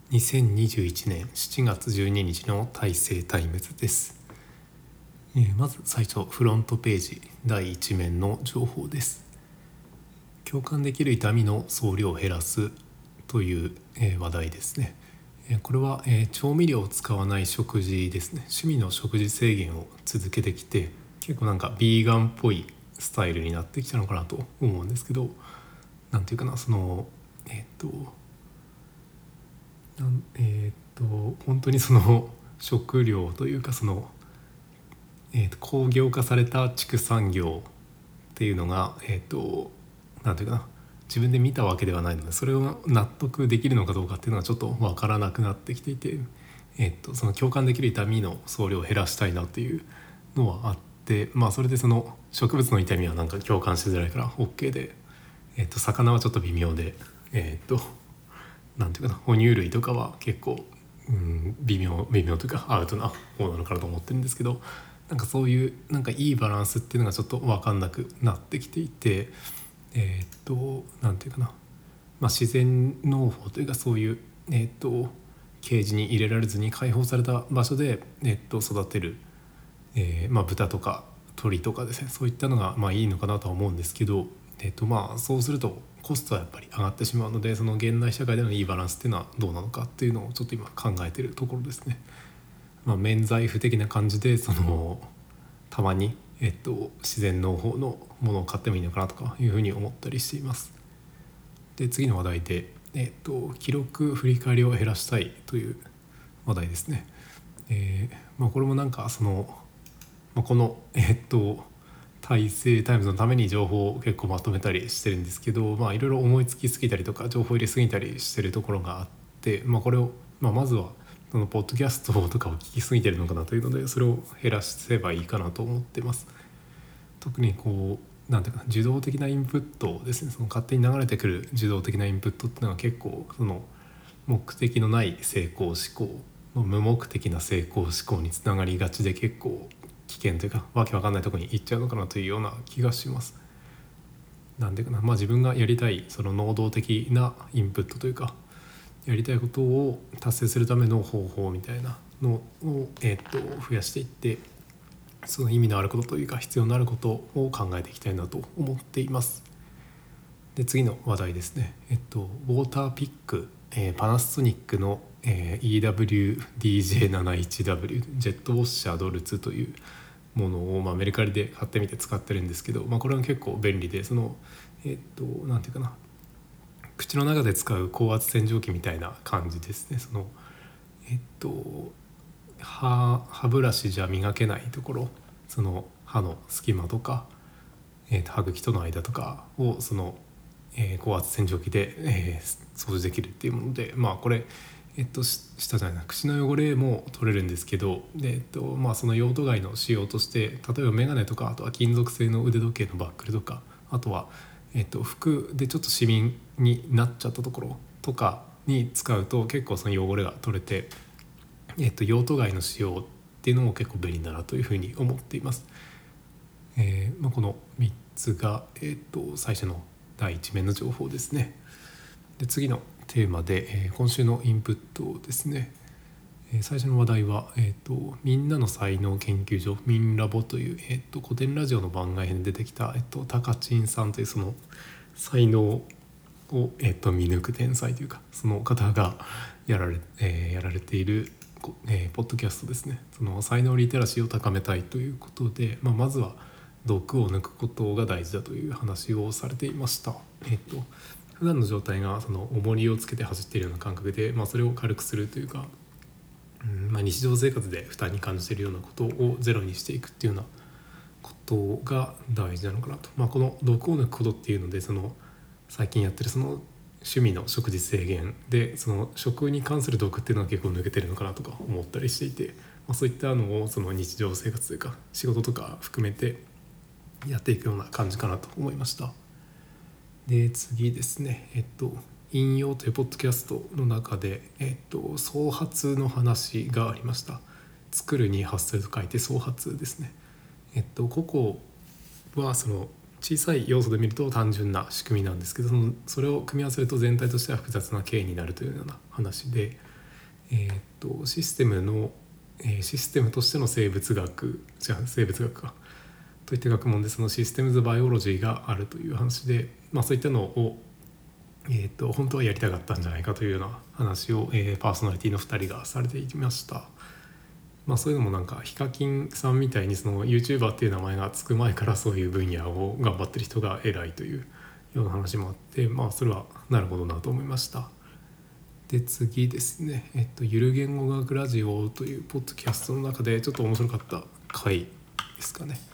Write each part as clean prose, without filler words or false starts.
2021年7月12日の大成タイムズです。まず最初、フロントページ第1面の情報です。共感できる痛みの総量を減らすという、話題ですね。これは、調味料を使わない食事ですね。趣味の食事制限を続けてきて、結構なんかビーガンっぽいスタイルになってきたのかなと思うんですけど、なんていうかな、本当にその食料というか工業化された畜産業っていうのがなんていうかな、自分で見たわけではないので、それを納得できるのかどうかっていうのがちょっと分からなくなってきていて、その共感できる痛みの総量を減らしたいなっていうのはあって、それでその植物の痛みはなんか共感しづらいから OK で、魚はちょっと微妙で、なんていうかな、哺乳類とかは結構、微妙というかアウトな方なのかなと思ってるんですけど、なんかそういうなんかいいバランスっていうのがちょっと分かんなくなってきていて、なんていうかな、自然農法というかそういうケージに入れられずに開放された場所で、育てる、豚とか鳥とかですね、そういったのがいいのかなとは思うんですけど、そうするとコストはやっぱり上がってしまうので、その現代社会でのいいバランスっていうのはどうなのかっていうのをちょっと今考えているところですね。免罪符的な感じでたまに、自然農法のものを買ってもいいのかなとかいうふうに思ったりしています。で、次の話題で、記録振り返りを減らしたいという話題ですね。これもなんかこの大成タイムズのために情報を結構まとめたりしてるんですけど、いろいろ思いつきすぎたりとか情報入れすぎたりしてるところがあって、これを、まずはそのポッドキャストとかを聞きすぎてるのかなというので、それを減らせばいいかなと思ってます。特になんていうか受動的なインプットですね、その勝手に流れてくる受動的なインプットっていうのは結構その目的のない成功思考、無目的な成功思考につながりがちで、結構危険というかわけわかんないところに行っちゃうのかなというような気がします。なんでかな、自分がやりたいその能動的なインプットというか、やりたいことを達成するための方法みたいなのを、増やしていって、その意味のあることというか必要のあることを考えていきたいなと思っています。で、次の話題ですね。ウォーターピック、パナソニックの、EWDJ71W ジェットウォッシャードルツというものを、メルカリで買ってみて使ってるんですけど、これは結構便利で、なんていうかな、口の中で使う高圧洗浄機みたいな感じですね。歯ブラシじゃ磨けないところ、その歯の隙間とか、歯茎との間とかを高圧洗浄機で、掃除できるっていうもので、これ、舌じゃないな、口の汚れも取れるんですけど、で、その用途外の仕様として、例えばメガネとか、あとは金属製の腕時計のバックルとか、あとは、服でちょっとシミになっちゃったところとかに使うと結構その汚れが取れて、用途外の仕様っていうのも結構便利だなというふうに思っています。この3つが、最初の第1面の情報ですね。で、次のテーマで、今週のインプットですね。最初の話題は、みんなの才能研究所ミンラボという、古典ラジオの番外編で出てきた、タカチンさんというその才能を、見抜く天才というか、その方がやられている、ポッドキャストですね。その才能リテラシーを高めたいということで、まずは毒を抜くことが大事だという話をされていました。普段の状態がその重りをつけて走っているような感覚で、それを軽くするというか、日常生活で負担に感じているようなことをゼロにしていくっていうようなことが大事なのかなと。この毒を抜くことっていうので、その最近やってるその趣味の食事制限で、その食に関する毒っていうのは結構抜けてるのかなとか思ったりしていて、そういったのをその日常生活というか仕事とか含めてやっていくような感じかなと思いました。で、次ですね、引用というポッドキャストの中で、創発の話がありました。作るに発すると書いて創発ですね。個々はその小さい要素で見ると単純な仕組みなんですけど、それを組み合わせると全体としては複雑な経緯になるというような話で、 システムの、システムとしての生物学生物学かといった学問で、そのシステムズバイオロジーがあるという話で、そういったのを、本当はやりたかったんじゃないかというような話を、パーソナリティの2人がされていました。そういうのもなんかヒカキンさんみたいにその YouTuber っていう名前がつく前からそういう分野を頑張ってる人が偉いというような話もあって、それはなるほどなと思いました。で次ですね、ゆる言語学ラジオというポッドキャストの中でちょっと面白かった回ですかね。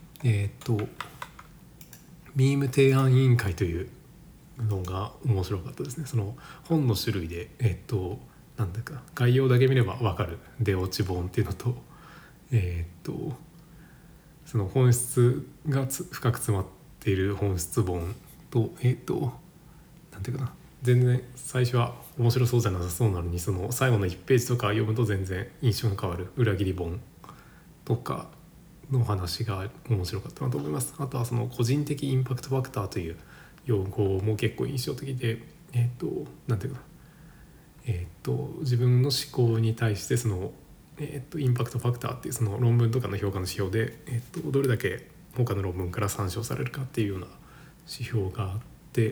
ミーム提案委員会というのが面白かったですね。その本の種類でなんだか概要だけ見れば分かる出落ち本っていうのと、その本質が深く詰まっている本質本と、なんていうかな、全然最初は面白そうじゃなさそうなのに、その最後の1ページとか読むと全然印象が変わる裏切り本とかの話が面白かったなと思います。あとはその個人的インパクトファクターという用語も結構印象的で、なんていうかな、自分の思考に対してその、インパクトファクターっていうその論文とかの評価の指標で、どれだけ他の論文から参照されるかっていうような指標があって、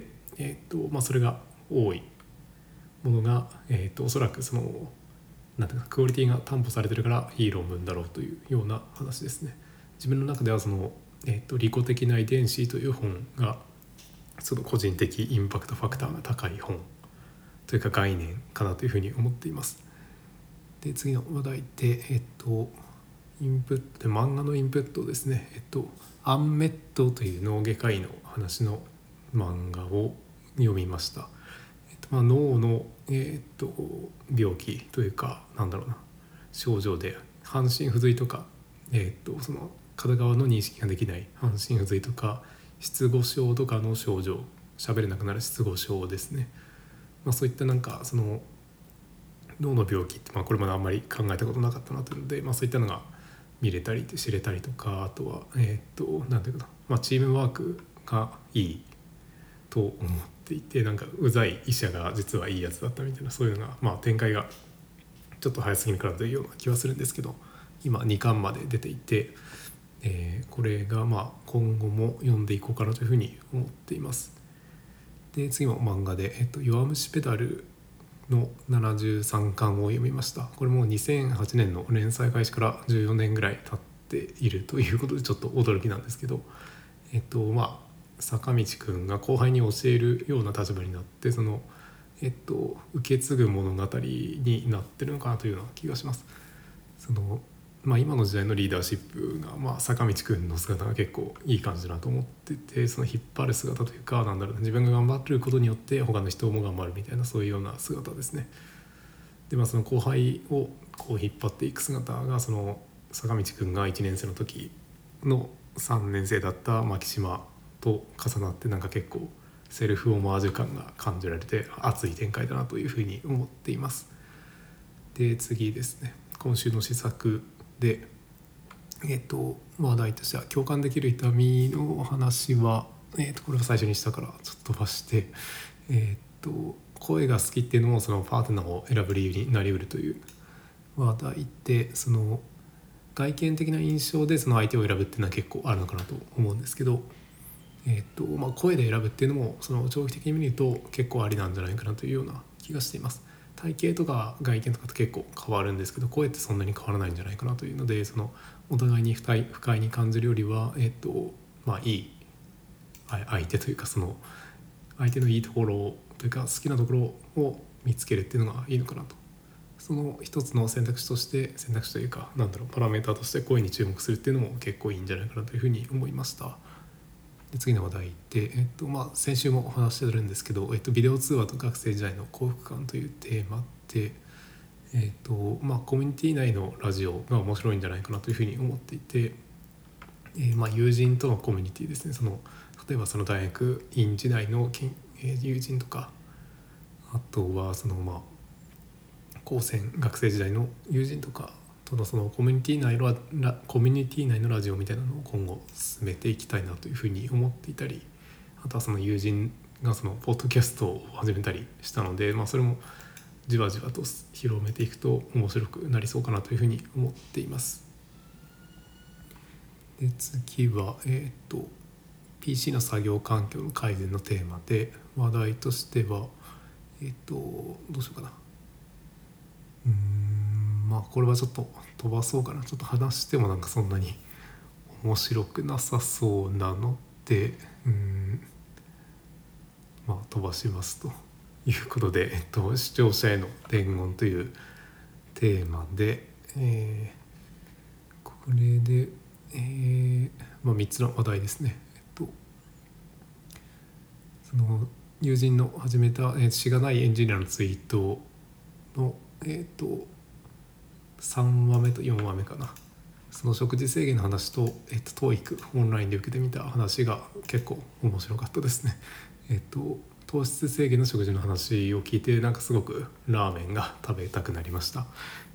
それが多いものが、おそらくそのなんていうかクオリティが担保されてるからいい論文だろうというような話ですね。自分の中ではその、利己的な遺伝子という本がその個人的インパクトファクターが高い本というか概念かなというふうに思っています。で次の話題で、インプットで漫画のインプットですね。アンメットという脳外科医の話の漫画を読みました。脳の、病気というか症状で半身不随とか、その片側の認識ができない半身不随とか失語症とかの症状、喋れなくなる失語症ですね。そういったなんかその脳の病気って、これまであんまり考えたことなかったなというので、そういったのが見れたり知れたりとか、あとはなんていうかな、チームワークがいいと思っていて、なんかうざい医者が実はいいやつだったみたいな、そういうのが、展開がちょっと早すぎるからというような気はするんですけど、今2巻まで出ていて、これが今後も読んでいこうかなというふうに思っています。で次も漫画で、弱虫ペダルの73巻を読みました。これも2008年の連載開始から14年ぐらい経っているということでちょっと驚きなんですけど、坂道くんが後輩に教えるような立場になって、その、受け継ぐ物語になってるのかなというような気がします。その今の時代のリーダーシップが、坂道くんの姿が結構いい感じだなと思ってて、その引っ張る姿というか、自分が頑張ってることによって他の人も頑張るみたいな、そういうような姿ですね。でその後輩をこう引っ張っていく姿が、その坂道くんが1年生の時の3年生だった牧島と重なって、なんか結構セルフオマージュ感が感じられて熱い展開だなというふうに思っています。で次ですね、今週の試作で、話題としては共感できる痛みの話は、これを最初にしたからちょっと飛ばして、声が好きっていうのもそのパートナーを選ぶ理由になりうるという話題で、その外見的な印象でその相手を選ぶっていうのは結構あるのかなと思うんですけど、声で選ぶっていうのもその長期的に見ると結構ありなんじゃないかなというような気がしています。体型とか外見とかと結構変わるんですけど、声ってそんなに変わらないんじゃないかなというので、そのお互いに不快に感じるよりは、いい相手というか、その相手のいいところというか好きなところを見つけるっていうのがいいのかなと。その一つの選択肢というかパラメーターとして声に注目するっていうのも結構いいんじゃないかなというふうに思いました。で次の話題で、先週もお話してるんですけど、ビデオ通話と学生時代の幸福感というテーマで、コミュニティ内のラジオが面白いんじゃないかなというふうに思っていて、友人とのコミュニティですね。その例えばその大学院時代の友人とか、あとはその高専学生時代の友人とかとのそのコミュニティ内のラジオみたいなのを今後進めていきたいなというふうに思っていたり、あとはその友人がそのポッドキャストを始めたりしたので、それもじわじわと広めていくと面白くなりそうかなというふうに思っています。で次は、PC の作業環境の改善のテーマで、話題としてはどうしようかな。まあこれはちょっと飛ばそうかな。ちょっと話してもなんかそんなに面白くなさそうなので、まあ飛ばしますということで、視聴者への伝言というテーマで、これで、3つの話題ですね。その友人の始めた、しがないエンジニアのツイートの、3話目と4話目かな。その食事制限の話と、TOEIC オンラインで受けてみた話が結構面白かったですね。糖質制限の食事の話を聞いてなんかすごくラーメンが食べたくなりました。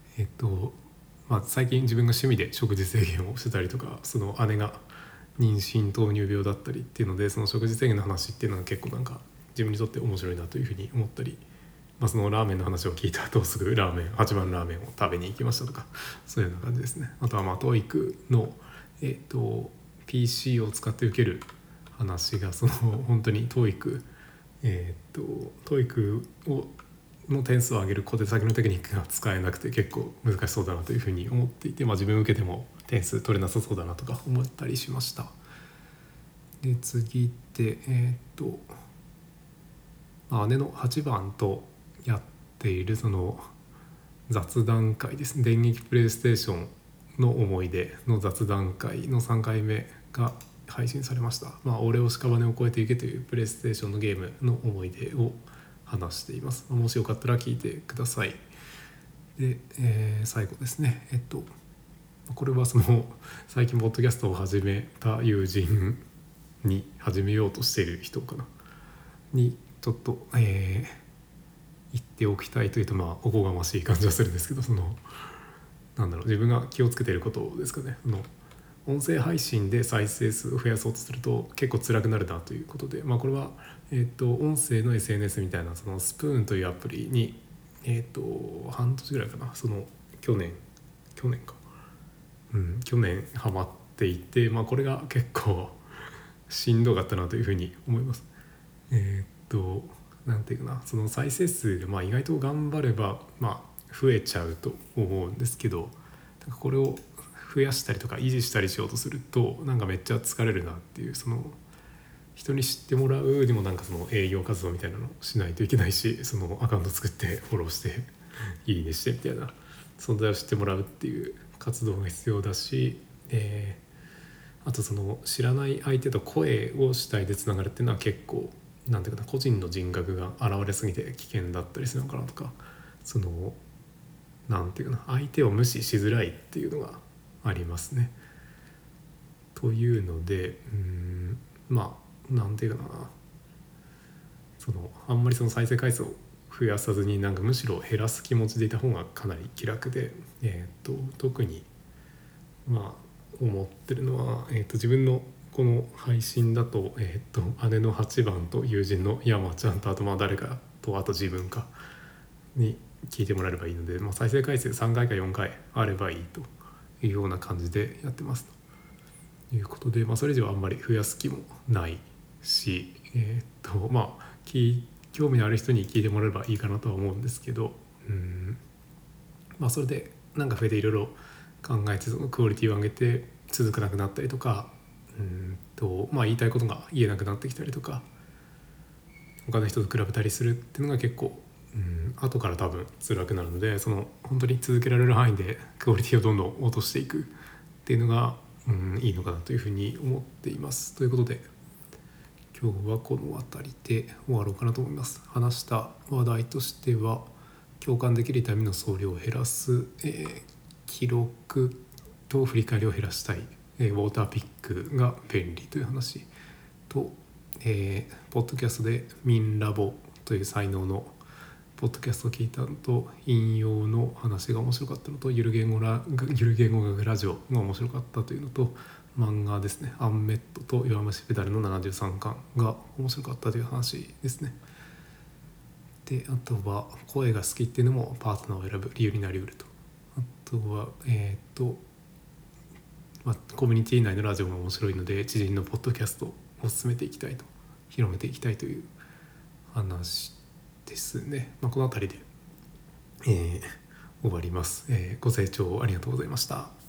最近自分が趣味で食事制限をしてたりとか、その姉が妊娠糖尿病だったりっていうので、その食事制限の話っていうのが結構なんか自分にとって面白いなというふうに思ったり、そのラーメンの話を聞いた後すぐラーメン8番ラーメンを食べに行きましたとか、そういうような感じですね。あとはTOEIC の、PC を使って受ける話が、その本当に TOEIC の点数を上げる小手先のテクニックが使えなくて結構難しそうだなというふうに思っていて、自分受けても点数取れなさそうだなとか思ったりしました。で次って姉の8番とやっているその雑談会ですね。電撃プレイステーションの思い出の雑談会の3回目が配信されました。俺を屍を越えていけというプレイステーションのゲームの思い出を話しています。もしよかったら聞いてください。で、最後ですね。これはその最近ポッドキャストを始めた友人に、始めようとしている人かなにちょっと、言っておきたいというとおこがましい感じはするんですけど、その自分が気をつけていることですかね。音声配信で再生数を増やそうとすると結構辛くなるなということで、これは、音声の SNS みたいなそのスプーンというアプリに、半年ぐらいかな、その去年ハマっていて、これが結構しんどかったなというふうに思います。なんていうかな、その再生数が意外と頑張れば増えちゃうと思うんですけど、なんかこれを増やしたりとか維持したりしようとするとなんかめっちゃ疲れるなっていう、その人に知ってもらうにもなんかその営業活動みたいなのをしないといけないし、そのアカウント作ってフォローしていいねしてみたいな存在を知ってもらうっていう活動が必要だし、あとその知らない相手と声を主体でつながるっていうのは結構なんていうかな、個人の人格が現れすぎて危険だったりするのかなとか、そのなんていうかな、相手を無視しづらいっていうのがありますね。というのでなんていうかな、そのあんまりその再生回数を増やさずになんかむしろ減らす気持ちでいた方がかなり気楽で、特に思ってるのは、自分のこの配信だと、姉の8番と友人の山ちゃんとあと誰かとあと自分かに聞いてもらえればいいので、再生回数3回か4回あればいいというような感じでやってますということで、それ以上あんまり増やす気もないし、興味のある人に聞いてもらえればいいかなとは思うんですけど、それでなんか増えていろいろ考えてそのクオリティを上げて続かなくなったりとか、言いたいことが言えなくなってきたりとか、他の人と比べたりするっていうのが結構後から多分辛くなるので、その本当に続けられる範囲でクオリティをどんどん落としていくっていうのが、いいのかなというふうに思っています。ということで今日はこの辺りで終わろうかなと思います。話した話題としては、共感できる痛みの総量を減らす、記録と振り返りを減らしたい、ウォーターピックが便利という話と、ポッドキャストでミンラボという才能のポッドキャストを聞いたのと、引用の話が面白かったのと、ゆる言語学ラジオが面白かったというのと、漫画ですね、アンメットと弱虫ペダルの73巻が面白かったという話ですね。 であとは声が好きっていうのもパートナーを選ぶ理由になりうると。あとはコミュニティ内のラジオが面白いので知人のポッドキャストを進めていきたいと、広めていきたいという話ですね。この辺りで、終わります。ご清聴ありがとうございました。